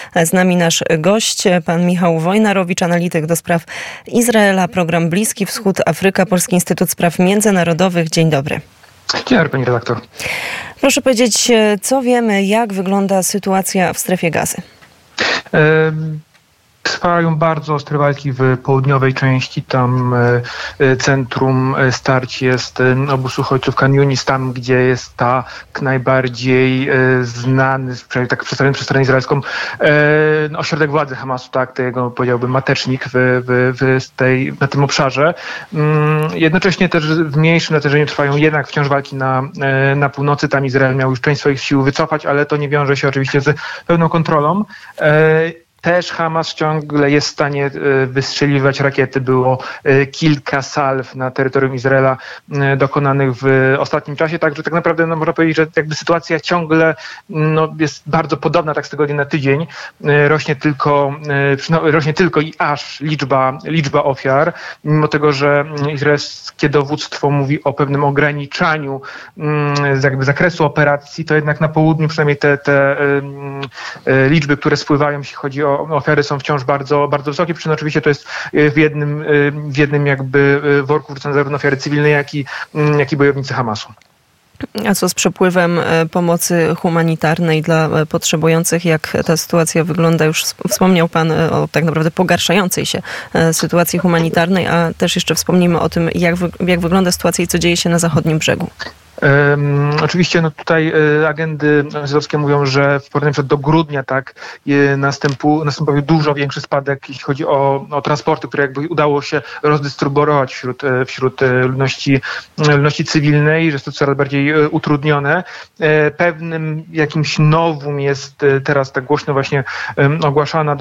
z nami nasz gość, pan Michał Wojnarowicz, analityk do spraw Izraela, program Bliski Wschód, Afryka, Polski Instytut Spraw Międzynarodowych. Dzień dobry. Dzień dobry, pani redaktor. Proszę powiedzieć, co wiemy, jak wygląda sytuacja w strefie Gazy? Trwają bardzo ostre walki w południowej części. Tam centrum starć jest obóz uchodźców Khan Yunis, tam gdzie jest tak najbardziej znany, tak przedstawiony przez stronę izraelską, ośrodek władzy Hamasu, tak, to jego, powiedziałbym, matecznik na tym obszarze. Jednocześnie też w mniejszym natężeniu trwają jednak wciąż walki na północy. Tam Izrael miał już część swoich sił wycofać, ale to nie wiąże się oczywiście z pełną kontrolą. Też Hamas ciągle jest w stanie wystrzeliwać rakiety. Było kilka salw na terytorium Izraela dokonanych w ostatnim czasie, także tak naprawdę można powiedzieć, że jakby sytuacja ciągle jest bardzo podobna, tak z tygodnia na tydzień. Rośnie tylko i aż liczba ofiar, mimo tego, że izraelskie dowództwo mówi o pewnym ograniczaniu jakby zakresu operacji, to jednak na południu przynajmniej te liczby, które spływają, jeśli chodzi o ofiary, są wciąż bardzo, bardzo wysokie. Przy czym oczywiście to jest w jednym jakby worku wrzucone zarówno ofiary cywilne, jak i bojownicy Hamasu. A co z przepływem pomocy humanitarnej dla potrzebujących? Jak ta sytuacja wygląda? Już wspomniał pan o tak naprawdę pogarszającej się sytuacji humanitarnej, a też jeszcze wspomnimy o tym, jak wygląda sytuacja i co dzieje się na zachodnim brzegu. Oczywiście tutaj agendy nazowskie mówią, że w porównaniu do grudnia następuje dużo większy spadek, jeśli chodzi o transporty, które jakby udało się rozdystrybuować wśród ludności cywilnej, że jest to coraz bardziej utrudnione. Pewnym jakimś nowum jest teraz tak głośno właśnie ogłaszana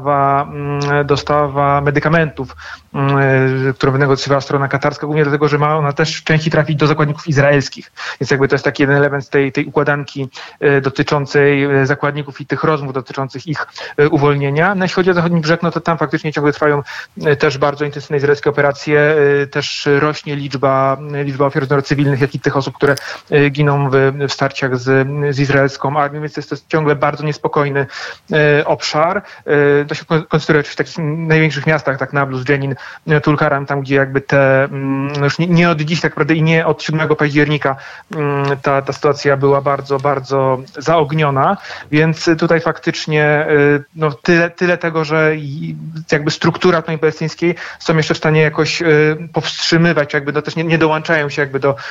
dostawa medykamentów, którą wynegocjowała strona katarska, głównie dlatego, że ma ona też w części trafić do zakładników izraelskich. Więc jakby to jest taki jeden element tej układanki dotyczącej zakładników i tych rozmów dotyczących ich uwolnienia. No jeśli chodzi o zachodni brzeg, to tam faktycznie ciągle trwają też bardzo intensywne izraelskie operacje. Też rośnie liczba ofiar cywilnych, jak i tych osób, które giną w starciach z izraelską armią, więc jest to ciągle bardzo niespokojny obszar. To się koncentruje w takich największych miastach, tak Nablus, Jenin, Tulkaram, tam gdzie jakby już nie od dziś tak naprawdę i nie od 7 października ta sytuacja była bardzo, bardzo zaogniona, więc tutaj faktycznie tyle tego, że jakby struktura palestyńskiej są jeszcze w stanie jakoś powstrzymywać, jakby też nie dołączają się jakby do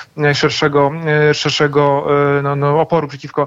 szerszego oporu przeciwko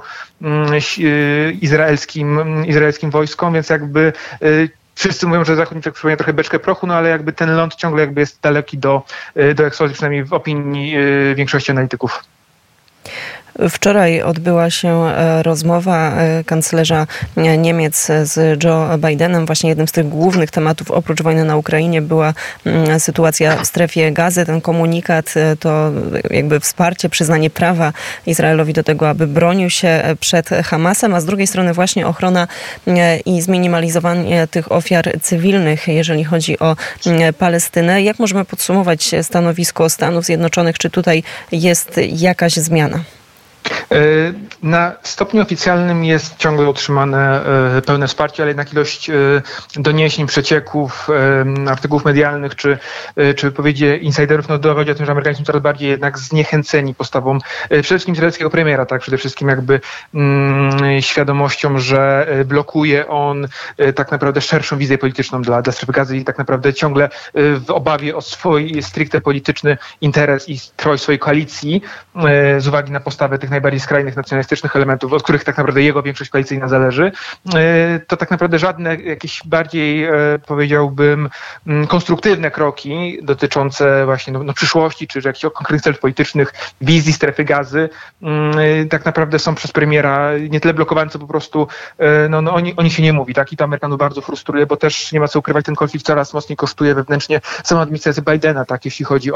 izraelskim wojskom, więc jakby wszyscy mówią, że zachodni brzeg przypomina trochę beczkę prochu, ale jakby ten ląd ciągle jakby jest daleki do eksplozji, przynajmniej w opinii większości analityków. Wczoraj odbyła się rozmowa kanclerza Niemiec z Joe Bidenem. Właśnie jednym z tych głównych tematów oprócz wojny na Ukrainie była sytuacja w strefie Gazy. Ten komunikat to jakby wsparcie, przyznanie prawa Izraelowi do tego, aby bronił się przed Hamasem, a z drugiej strony właśnie ochrona i zminimalizowanie tych ofiar cywilnych, jeżeli chodzi o Palestynę. Jak możemy podsumować stanowisko Stanów Zjednoczonych? Czy tutaj jest jakaś zmiana? Na stopniu oficjalnym jest ciągle utrzymane pełne wsparcie, ale jednak ilość doniesień, przecieków, artykułów medialnych czy wypowiedzi insiderów dowodzi o tym, że Amerykanie są coraz bardziej jednak zniechęceni postawą przede wszystkim izraelskiego premiera, tak, przede wszystkim jakby świadomością, że blokuje on tak naprawdę szerszą wizję polityczną dla strefy Gazy i tak naprawdę ciągle w obawie o swój stricte polityczny interes i trwałość swojej koalicji z uwagi na postawę tych najbardziej skrajnych nacjonalistycznych elementów, od których tak naprawdę jego większość koalicyjna zależy, to tak naprawdę żadne jakieś bardziej, powiedziałbym, konstruktywne kroki dotyczące właśnie przyszłości, czy jakichś konkretnych celów politycznych, wizji strefy Gazy, tak naprawdę są przez premiera nie tyle blokowane, co po prostu oni się nie mówi, tak? I to Amerykanów bardzo frustruje, bo też nie ma co ukrywać, ten konflikt coraz mocniej kosztuje wewnętrznie samą administrację Bidena, tak? Jeśli chodzi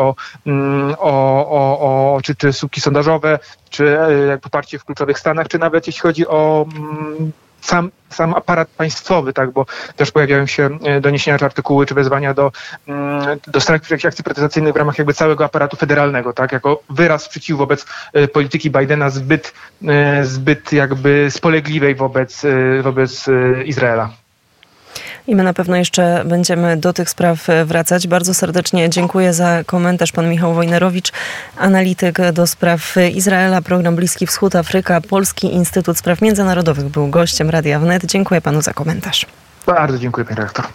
czy słupki sondażowe, czy jak poparcie w kluczowych stanach, czy nawet jeśli chodzi o sam aparat państwowy, tak, bo też pojawiają się doniesienia czy artykuły, czy wezwania do strajków czy jakichś akcji protestacyjnych w ramach jakby całego aparatu federalnego, tak, jako wyraz sprzeciwu wobec polityki Bidena zbyt jakby spolegliwej wobec Izraela. I my na pewno jeszcze będziemy do tych spraw wracać. Bardzo serdecznie dziękuję za komentarz. Pan Michał Wojnerowicz, analityk do spraw Izraela, program Bliski Wschód, Afryka, Polski Instytut Spraw Międzynarodowych był gościem Radia Wnet. Dziękuję panu za komentarz. Bardzo dziękuję, panie redaktor.